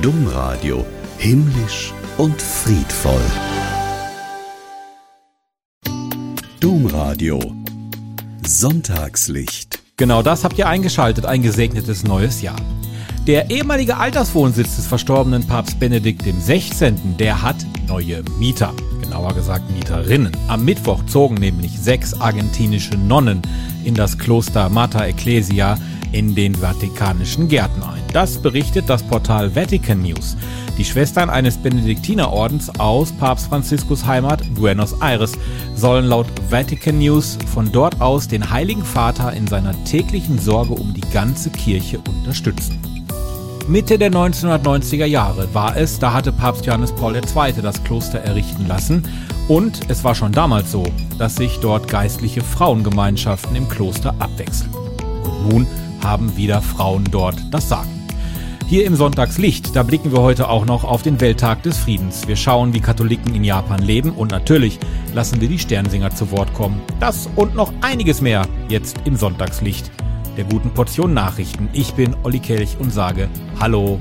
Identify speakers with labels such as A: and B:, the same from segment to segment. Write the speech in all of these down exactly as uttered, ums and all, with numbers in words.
A: Domradio. Himmlisch und friedvoll. Domradio. Sonntagslicht.
B: Genau das habt ihr eingeschaltet, ein gesegnetes neues Jahr. Der ehemalige Alterswohnsitz des verstorbenen Papst Benedikt der Sechzehnte., der hat neue Mieter. Genauer gesagt Mieterinnen. Am Mittwoch zogen nämlich sechs argentinische Nonnen in das Kloster Mater Ecclesia in den Vatikanischen Gärten ein. Das berichtet das Portal Vatican News. Die Schwestern eines Benediktinerordens aus Papst Franziskus Heimat Buenos Aires sollen laut Vatican News von dort aus den Heiligen Vater in seiner täglichen Sorge um die ganze Kirche unterstützen. Mitte der neunzehnhundertneunziger Jahre war es, da hatte Papst Johannes Paul der Zweite das Kloster errichten lassen und es war schon damals so, dass sich dort geistliche Frauengemeinschaften im Kloster abwechselten. Und nun haben wieder Frauen dort das Sagen. Hier im Sonntagslicht, da blicken wir heute auch noch auf den Welttag des Friedens. Wir schauen, wie Katholiken in Japan leben und natürlich lassen wir die Sternsinger zu Wort kommen. Das und noch einiges mehr jetzt im Sonntagslicht der guten Portion Nachrichten. Ich bin Olli Kelch und sage Hallo.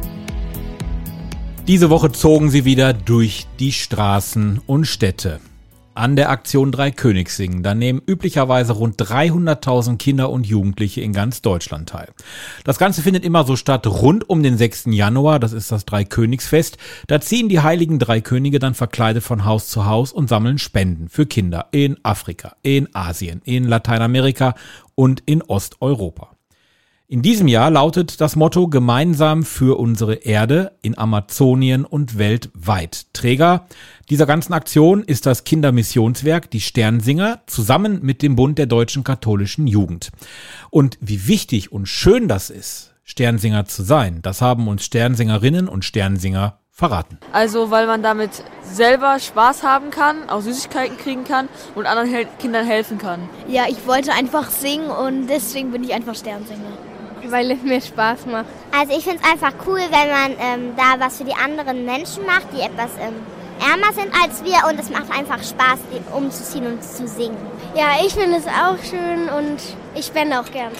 B: Diese Woche zogen sie wieder durch die Straßen und Städte. An der Aktion Drei Königs singen, da nehmen üblicherweise rund dreihunderttausend Kinder und Jugendliche in ganz Deutschland teil. Das Ganze findet immer so statt rund um den sechsten Januar, das ist das Dreikönigsfest. Da ziehen die heiligen drei Könige dann verkleidet von Haus zu Haus und sammeln Spenden für Kinder in Afrika, in Asien, in Lateinamerika und in Osteuropa. In diesem Jahr lautet das Motto Gemeinsam für unsere Erde in Amazonien und weltweit. Träger dieser ganzen Aktion ist das Kindermissionswerk Die Sternsinger zusammen mit dem Bund der deutschen katholischen Jugend. Und wie wichtig und schön das ist, Sternsinger zu sein, das haben uns Sternsingerinnen und Sternsinger verraten.
C: Also weil man damit selber Spaß haben kann, auch Süßigkeiten kriegen kann und anderen Hel- Kindern helfen kann.
D: Ja, ich wollte einfach singen und deswegen bin ich einfach Sternsinger.
E: Weil es mir Spaß macht.
F: Also ich finde es einfach cool, wenn man ähm, da was für die anderen Menschen macht, die etwas ähm, ärmer sind als wir, und es macht einfach Spaß, die umzuziehen und zu singen.
E: Ja, ich finde es auch schön und ich spende auch gern.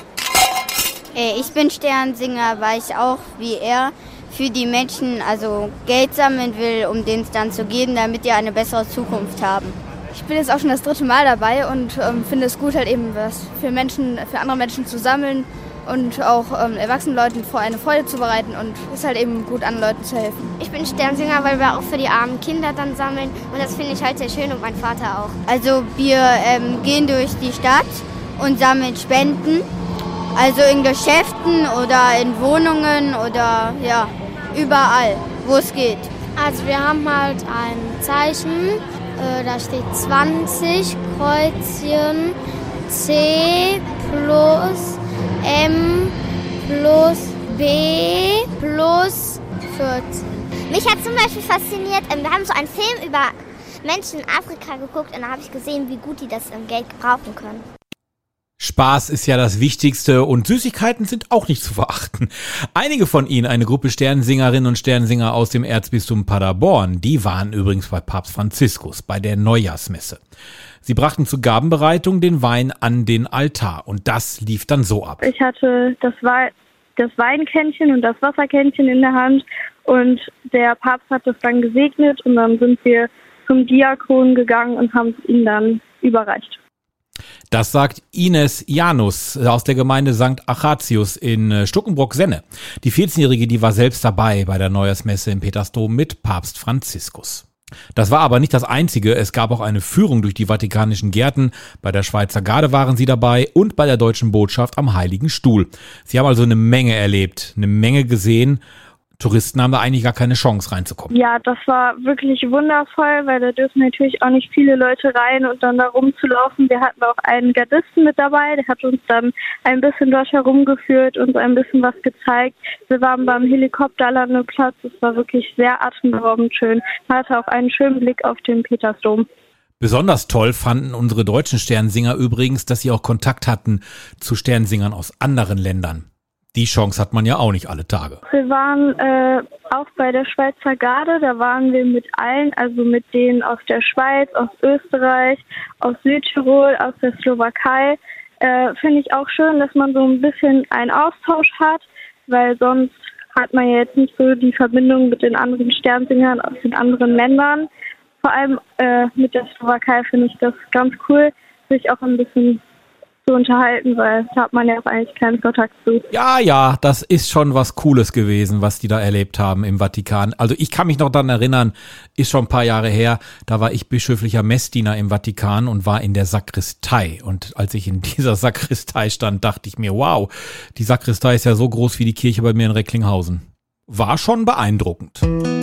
G: Ich bin Sternsinger, weil ich auch wie er für die Menschen also Geld sammeln will, um denen es dann zu geben, damit die eine bessere Zukunft haben.
E: Ich bin jetzt auch schon das dritte Mal dabei und ähm, finde es gut, halt eben was für Menschen, für andere Menschen zu sammeln und auch ähm, erwachsenen Leuten vor eine Freude zu bereiten, und es ist halt eben gut, anderen Leuten zu helfen.
F: Ich bin Sternsinger, weil wir auch für die armen Kinder dann sammeln, und das finde ich halt sehr schön, und mein Vater auch.
G: Also wir ähm, gehen durch die Stadt und sammeln Spenden, also in Geschäften oder in Wohnungen oder ja, überall, wo es geht.
F: Also wir haben halt ein Zeichen, äh, da steht zwanzig, Kreuzchen, C plus M plus B plus vierzehn. Mich hat zum Beispiel fasziniert, wir haben so einen Film über Menschen in Afrika geguckt, und da habe ich gesehen, wie gut die das im Geld gebrauchen können.
B: Spaß ist ja das Wichtigste und Süßigkeiten sind auch nicht zu verachten. Einige von ihnen, eine Gruppe Sternsingerinnen und Sternsinger aus dem Erzbistum Paderborn, die waren übrigens bei Papst Franziskus bei der Neujahrsmesse. Sie brachten zur Gabenbereitung den Wein an den Altar, und das lief dann so ab.
H: Ich hatte das, Wei- das Weinkännchen und das Wasserkännchen in der Hand, und der Papst hat das dann gesegnet, und dann sind wir zum Diakon gegangen und haben es ihm dann überreicht.
B: Das sagt Ines Janus aus der Gemeinde Sankt Achatius in Stuckenbrock-Senne. Die vierzehnjährige, die war selbst dabei bei der Neujahrsmesse im Petersdom mit Papst Franziskus. Das war aber nicht das Einzige. Es gab auch eine Führung durch die Vatikanischen Gärten. Bei der Schweizer Garde waren sie dabei und bei der Deutschen Botschaft am Heiligen Stuhl. Sie haben also eine Menge erlebt, eine Menge gesehen. Touristen haben da eigentlich gar keine Chance reinzukommen.
H: Ja, das war wirklich wundervoll, weil da dürfen natürlich auch nicht viele Leute rein, und dann da rumzulaufen. Wir hatten auch einen Gardisten mit dabei, der hat uns dann ein bisschen dort herumgeführt und ein bisschen was gezeigt. Wir waren beim Helikopterlandeplatz, es war wirklich sehr atemberaubend schön. Man hatte auch einen schönen Blick auf den Petersdom.
B: Besonders toll fanden unsere deutschen Sternsinger übrigens, dass sie auch Kontakt hatten zu Sternsingern aus anderen Ländern. Die Chance hat man ja auch nicht alle Tage.
H: Wir waren äh, auch bei der Schweizer Garde, da waren wir mit allen, also mit denen aus der Schweiz, aus Österreich, aus Südtirol, aus der Slowakei. Äh, finde ich auch schön, dass man so ein bisschen einen Austausch hat, weil sonst hat man ja jetzt nicht so die Verbindung mit den anderen Sternsingern aus den anderen Ländern. Vor allem äh, mit der Slowakei finde ich das ganz cool, sich auch ein bisschen zu unterhalten, weil da hat man ja auch eigentlich keinen Kontakt zu.
B: Ja, ja, das ist schon was Cooles gewesen, was die da erlebt haben im Vatikan. Also ich kann mich noch daran erinnern, ist schon ein paar Jahre her, da war ich bischöflicher Messdiener im Vatikan und war in der Sakristei. Und als ich in dieser Sakristei stand, dachte ich mir, wow, die Sakristei ist ja so groß wie die Kirche bei mir in Recklinghausen. War schon beeindruckend.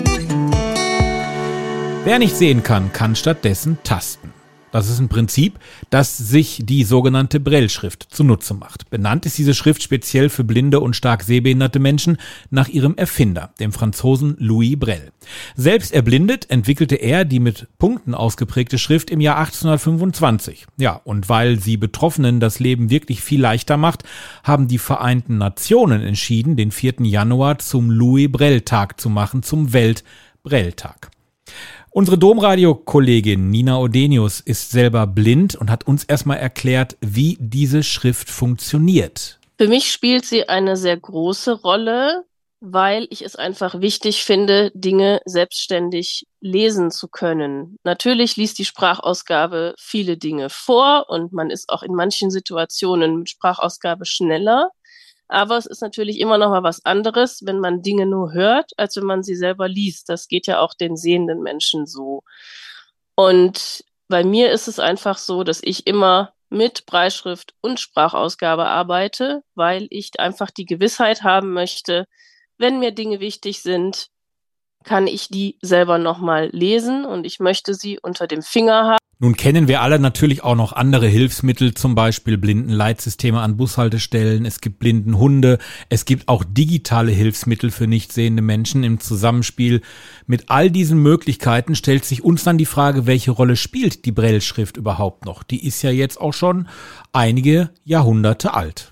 B: Wer nicht sehen kann, kann stattdessen tasten. Das ist ein Prinzip, das sich die sogenannte Braille-Schrift zunutze macht. Benannt ist diese Schrift speziell für blinde und stark sehbehinderte Menschen nach ihrem Erfinder, dem Franzosen Louis Braille. Selbst erblindet entwickelte er die mit Punkten ausgeprägte Schrift im Jahr achtzehnhundertfünfundzwanzig. Ja, und weil sie Betroffenen das Leben wirklich viel leichter macht, haben die Vereinten Nationen entschieden, den vierten Januar zum Louis Braille-Tag zu machen, zum Welt-Braille-Tag. Unsere Domradio-Kollegin Nina Odenius ist selber blind und hat uns erstmal erklärt, wie diese Schrift funktioniert.
I: Für mich spielt sie eine sehr große Rolle, weil ich es einfach wichtig finde, Dinge selbstständig lesen zu können. Natürlich liest die Sprachausgabe viele Dinge vor und man ist auch in manchen Situationen mit Sprachausgabe schneller. Aber es ist natürlich immer noch mal was anderes, wenn man Dinge nur hört, als wenn man sie selber liest. Das geht ja auch den sehenden Menschen so. Und bei mir ist es einfach so, dass ich immer mit Brailleschrift und Sprachausgabe arbeite, weil ich einfach die Gewissheit haben möchte, wenn mir Dinge wichtig sind, kann ich die selber nochmal lesen und ich möchte sie unter dem Finger haben.
B: Nun kennen wir alle natürlich auch noch andere Hilfsmittel, zum Beispiel Blindenleitsysteme an Bushaltestellen, es gibt Blindenhunde, es gibt auch digitale Hilfsmittel für nicht sehende Menschen. Im Zusammenspiel mit all diesen Möglichkeiten stellt sich uns dann die Frage, welche Rolle spielt die Braille-Schrift überhaupt noch? Die ist ja jetzt auch schon einige Jahrhunderte alt.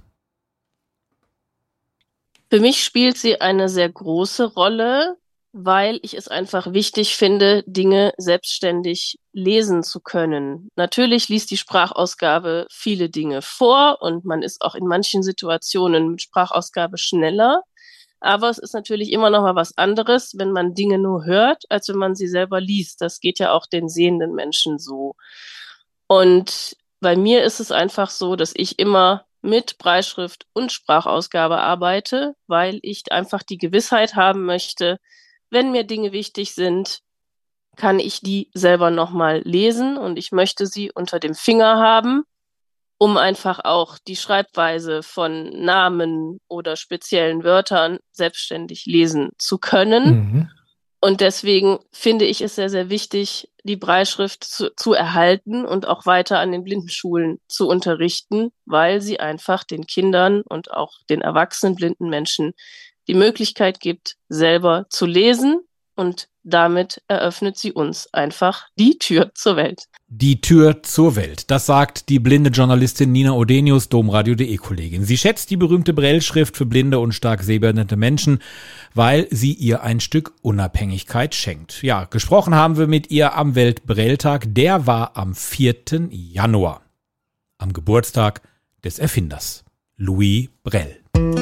I: Für mich spielt sie eine sehr große Rolle, weil ich es einfach wichtig finde, Dinge selbstständig lesen zu können. Natürlich liest die Sprachausgabe viele Dinge vor und man ist auch in manchen Situationen mit Sprachausgabe schneller. Aber es ist natürlich immer noch mal was anderes, wenn man Dinge nur hört, als wenn man sie selber liest. Das geht ja auch den sehenden Menschen so. Und bei mir ist es einfach so, dass ich immer mit Brailleschrift und Sprachausgabe arbeite, weil ich einfach die Gewissheit haben möchte, wenn mir Dinge wichtig sind, kann ich die selber nochmal lesen und ich möchte sie unter dem Finger haben, um einfach auch die Schreibweise von Namen oder speziellen Wörtern selbstständig lesen zu können. Mhm. Und deswegen finde ich es sehr, sehr wichtig, die Brailleschrift zu, zu erhalten und auch weiter an den Blindenschulen zu unterrichten, weil sie einfach den Kindern und auch den erwachsenen blinden Menschen die Möglichkeit gibt, selber zu lesen und damit eröffnet sie uns einfach die Tür zur Welt.
B: Die Tür zur Welt, das sagt die blinde Journalistin Nina Odenius, Domradio.de-Kollegin. Sie schätzt die berühmte Braille-Schrift für blinde und stark sehbehinderte Menschen, weil sie ihr ein Stück Unabhängigkeit schenkt. Ja, gesprochen haben wir mit ihr am Welt-Braille-Tag, der war am vierten Januar, am Geburtstag des Erfinders, Louis Braille.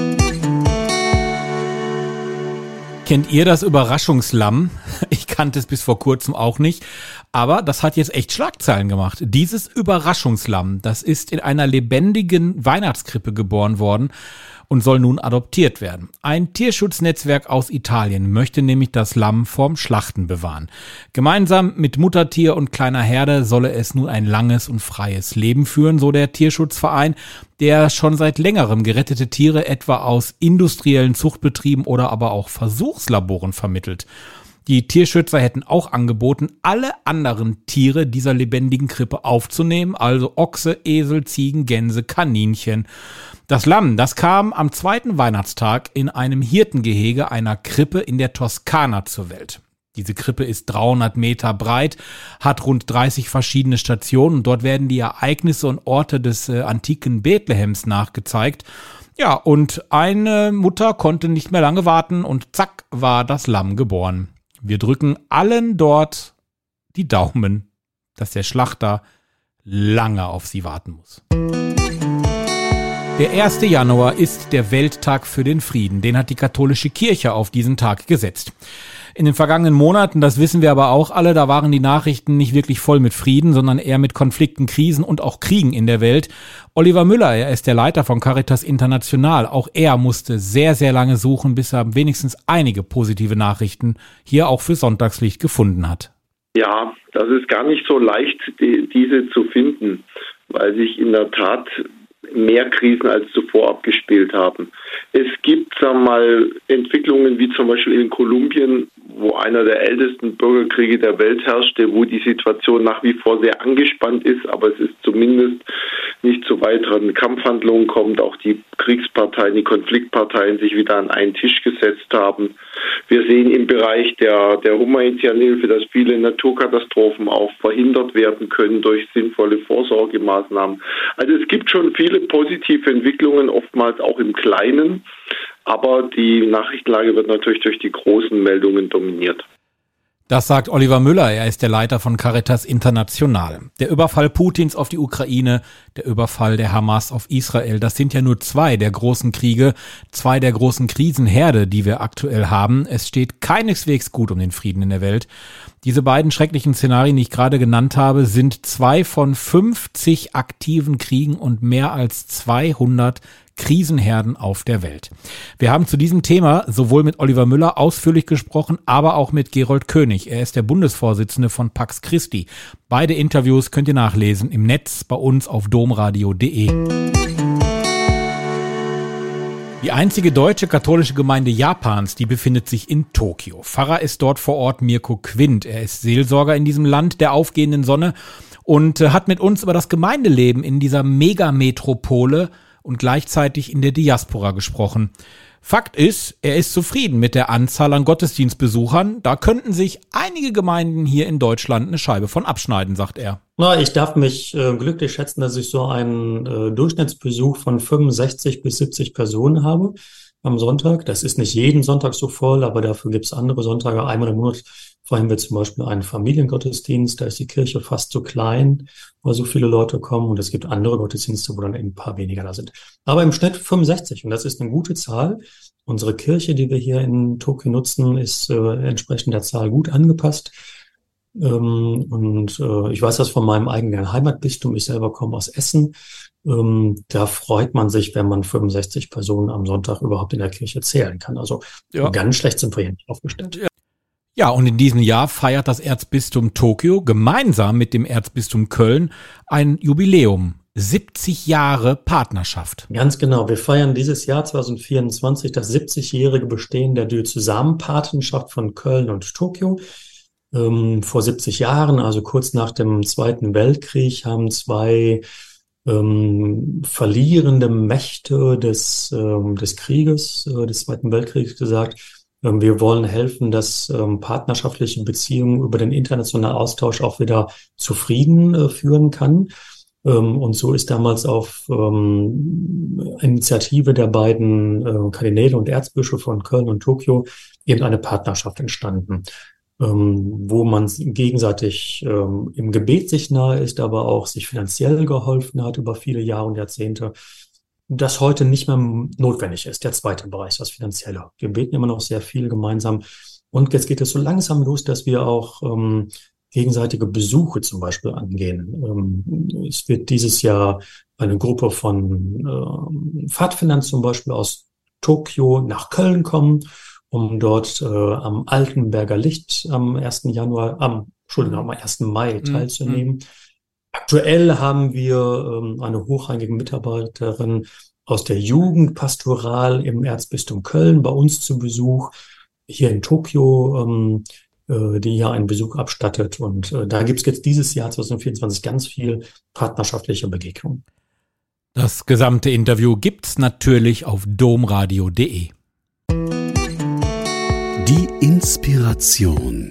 B: Kennt ihr das Überraschungslamm? Ich kannte es bis vor kurzem auch nicht, aber das hat jetzt echt Schlagzeilen gemacht. Dieses Überraschungslamm, das ist in einer lebendigen Weihnachtskrippe geboren worden und soll nun adoptiert werden. Ein Tierschutznetzwerk aus Italien möchte nämlich das Lamm vorm Schlachten bewahren. Gemeinsam mit Muttertier und kleiner Herde solle es nun ein langes und freies Leben führen, so der Tierschutzverein, der schon seit längerem gerettete Tiere etwa aus industriellen Zuchtbetrieben oder aber auch Versuchslaboren vermittelt. Die Tierschützer hätten auch angeboten, alle anderen Tiere dieser lebendigen Krippe aufzunehmen, also Ochse, Esel, Ziegen, Gänse, Kaninchen. Das Lamm, das kam am zweiten Weihnachtstag in einem Hirtengehege einer Krippe in der Toskana zur Welt. Diese Krippe ist dreihundert Meter breit, hat rund dreißig verschiedene Stationen und dort werden die Ereignisse und Orte des äh, antiken Bethlehems nachgezeigt. Ja, und eine Mutter konnte nicht mehr lange warten und zack war das Lamm geboren. Wir drücken allen dort die Daumen, dass der Schlachter lange auf sie warten muss. Der erste Januar ist der Welttag für den Frieden. Den hat die katholische Kirche auf diesen Tag gesetzt. In den vergangenen Monaten, das wissen wir aber auch alle, da waren die Nachrichten nicht wirklich voll mit Frieden, sondern eher mit Konflikten, Krisen und auch Kriegen in der Welt. Oliver Müller, er ist der Leiter von Caritas International. Auch er musste sehr, sehr lange suchen, bis er wenigstens einige positive Nachrichten hier auch für Sonntagslicht gefunden hat.
J: Ja, das ist gar nicht so leicht, die, diese zu finden, weil sich in der Tat mehr Krisen als zuvor abgespielt haben. Es gibt, sagen wir mal, Entwicklungen wie zum Beispiel in Kolumbien, wo einer der ältesten Bürgerkriege der Welt herrschte, wo die Situation nach wie vor sehr angespannt ist, aber es ist zumindest nicht zu weiteren Kampfhandlungen kommt, auch die Kriegsparteien, die Konfliktparteien sich wieder an einen Tisch gesetzt haben. Wir sehen im Bereich der, der humanitären Hilfe, dass viele Naturkatastrophen auch verhindert werden können durch sinnvolle Vorsorgemaßnahmen. Also es gibt schon viele positive Entwicklungen, oftmals auch im Kleinen, aber die Nachrichtenlage wird natürlich durch die großen Meldungen dominiert.
B: Das sagt Oliver Müller, er ist der Leiter von Caritas International. Der Überfall Putins auf die Ukraine, der Überfall der Hamas auf Israel, das sind ja nur zwei der großen Kriege, zwei der großen Krisenherde, die wir aktuell haben. Es steht keineswegs gut um den Frieden in der Welt. Diese beiden schrecklichen Szenarien, die ich gerade genannt habe, sind zwei von fünfzig aktiven Kriegen und mehr als zweihundert Krisenherden auf der Welt. Wir haben zu diesem Thema sowohl mit Oliver Müller ausführlich gesprochen, aber auch mit Gerold König. Er ist der Bundesvorsitzende von Pax Christi. Beide Interviews könnt ihr nachlesen im Netz bei uns auf domradio punkt de. Die einzige deutsche katholische Gemeinde Japans, die befindet sich in Tokio. Pfarrer ist dort vor Ort Mirko Quint. Er ist Seelsorger in diesem Land der aufgehenden Sonne und hat mit uns über das Gemeindeleben in dieser Megametropole und gleichzeitig in der Diaspora gesprochen. Fakt ist, er ist zufrieden mit der Anzahl an Gottesdienstbesuchern. Da könnten sich einige Gemeinden hier in Deutschland eine Scheibe von abschneiden, sagt er.
K: Na, ich darf mich äh, glücklich schätzen, dass ich so einen äh, Durchschnittsbesuch von fünfundsechzig bis siebzig Personen habe am Sonntag. Das ist nicht jeden Sonntag so voll, aber dafür gibt es andere Sonntage. Einmal im Monat feiern wir zum Beispiel einen Familiengottesdienst. Da ist die Kirche fast so klein, weil so viele Leute kommen. Und es gibt andere Gottesdienste, wo dann ein paar weniger da sind. Aber im Schnitt fünfundsechzig. Und das ist eine gute Zahl. Unsere Kirche, die wir hier in Tokio nutzen, ist äh, entsprechend der Zahl gut angepasst. Ähm, und äh, ich weiß das von meinem eigenen Heimatbistum. Ich selber komme aus Essen. Ähm, da freut man sich, wenn man fünfundsechzig Personen am Sonntag überhaupt in der Kirche zählen kann. Also ja. Ganz schlecht sind wir hier nicht aufgestellt.
B: Ja. Ja, und in diesem Jahr feiert das Erzbistum Tokio gemeinsam mit dem Erzbistum Köln ein Jubiläum. siebzig Jahre Partnerschaft.
K: Ganz genau. Wir feiern dieses Jahr zwanzig vierundzwanzig das siebzigjährige Bestehen der Diözesanpatenschaft von Köln und Tokio. Ähm, vor siebzig Jahren, also kurz nach dem Zweiten Weltkrieg, haben zwei ähm, verlierende Mächte des, ähm, des Krieges, äh, des Zweiten Weltkriegs gesagt, wir wollen helfen, dass ähm, partnerschaftliche Beziehungen über den internationalen Austausch auch wieder zu Frieden äh, führen kann. Ähm, und so ist damals auf ähm, Initiative der beiden äh, Kardinäle und Erzbischöfe von Köln und Tokio eben eine Partnerschaft entstanden, ähm, wo man gegenseitig ähm, im Gebet sich nahe ist, aber auch sich finanziell geholfen hat über viele Jahre und Jahrzehnte. Das heute nicht mehr notwendig ist, der zweite Bereich, das Finanzielle. Wir beten immer noch sehr viel gemeinsam. Und jetzt geht es so langsam los, dass wir auch ähm, gegenseitige Besuche zum Beispiel angehen. Ähm, es wird dieses Jahr eine Gruppe von äh, Pfadfindern zum Beispiel aus Tokio nach Köln kommen, um dort äh, am Altenberger Licht am ersten Januar, am, Entschuldigung, am ersten Mai teilzunehmen. Mhm. Aktuell haben wir ähm, eine hochrangige Mitarbeiterin aus der Jugendpastoral im Erzbistum Köln bei uns zu Besuch, hier in Tokio, ähm, äh, die hier einen Besuch abstattet. Und äh, da gibt es jetzt dieses Jahr zwanzig vierundzwanzig ganz viel partnerschaftliche Begegnungen.
B: Das gesamte Interview gibt's natürlich auf domradio punkt de.
A: Die Inspiration.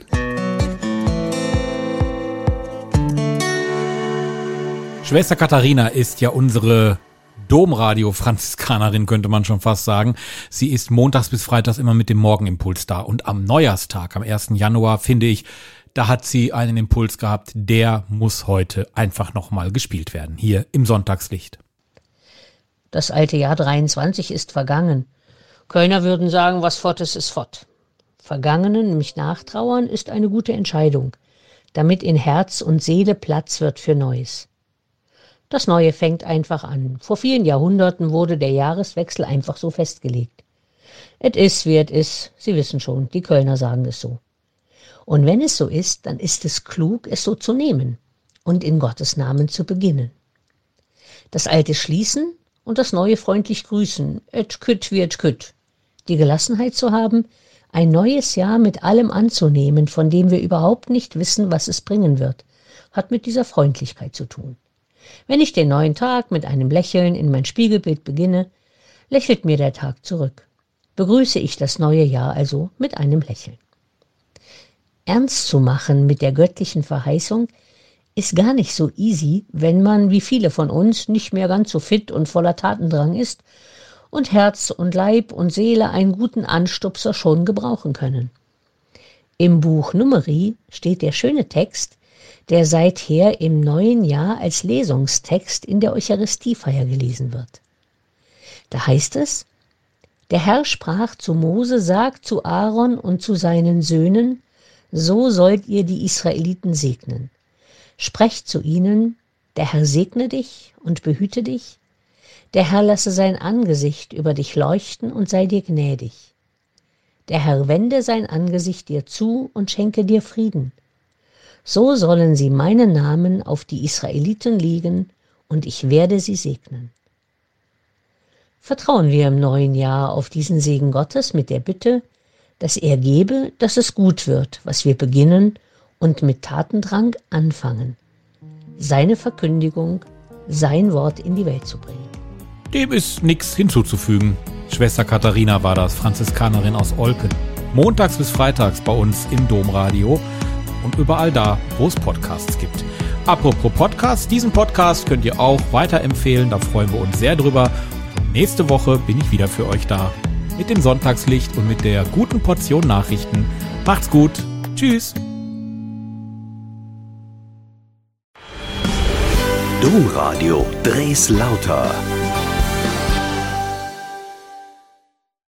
B: Schwester Katharina ist ja unsere Domradio-Franziskanerin, könnte man schon fast sagen. Sie ist montags bis freitags immer mit dem Morgenimpuls da. Und am Neujahrstag, am ersten Januar, finde ich, da hat sie einen Impuls gehabt, der muss heute einfach nochmal gespielt werden, hier im Sonntagslicht.
L: Das alte Jahr dreiundzwanzig ist vergangen. Kölner würden sagen, was fort ist, ist fort. Vergangenen, nämlich nachtrauern, ist eine gute Entscheidung, damit in Herz und Seele Platz wird für Neues. Das Neue fängt einfach an. Vor vielen Jahrhunderten wurde der Jahreswechsel einfach so festgelegt. Et is, wie et is, Sie wissen schon, die Kölner sagen es so. Und wenn es so ist, dann ist es klug, es so zu nehmen und in Gottes Namen zu beginnen. Das Alte schließen und das Neue freundlich grüßen, et kütt wie et kütt. Die Gelassenheit zu haben, ein neues Jahr mit allem anzunehmen, von dem wir überhaupt nicht wissen, was es bringen wird, hat mit dieser Freundlichkeit zu tun. Wenn ich den neuen Tag mit einem Lächeln in mein Spiegelbild beginne, lächelt mir der Tag zurück. Begrüße ich das neue Jahr also mit einem Lächeln. Ernst zu machen mit der göttlichen Verheißung ist gar nicht so easy, wenn man, wie viele von uns, nicht mehr ganz so fit und voller Tatendrang ist und Herz und Leib und Seele einen guten Anstupser schon gebrauchen können. Im Buch Numeri steht der schöne Text, der seither im neuen Jahr als Lesungstext in der Eucharistiefeier gelesen wird. Da heißt es: Der Herr sprach zu Mose, sagt zu Aaron und zu seinen Söhnen, so sollt ihr die Israeliten segnen. Sprecht zu ihnen, der Herr segne dich und behüte dich, der Herr lasse sein Angesicht über dich leuchten und sei dir gnädig. Der Herr wende sein Angesicht dir zu und schenke dir Frieden. So sollen sie meinen Namen auf die Israeliten legen, und ich werde sie segnen. Vertrauen wir im neuen Jahr auf diesen Segen Gottes mit der Bitte, dass er gebe, dass es gut wird, was wir beginnen und mit Tatendrang anfangen, seine Verkündigung, sein Wort in die Welt zu bringen.
B: Dem ist nichts hinzuzufügen. Schwester Katharina war das, Franziskanerin aus Olpen. Montags bis freitags bei uns im Domradio und überall da, wo es Podcasts gibt. Apropos Podcasts, diesen Podcast könnt ihr auch weiterempfehlen, da freuen wir uns sehr drüber. Und nächste Woche bin ich wieder für euch da mit dem Sonntagslicht und mit der guten Portion Nachrichten. Macht's gut. Tschüss.
A: Domradio Dres Lauter.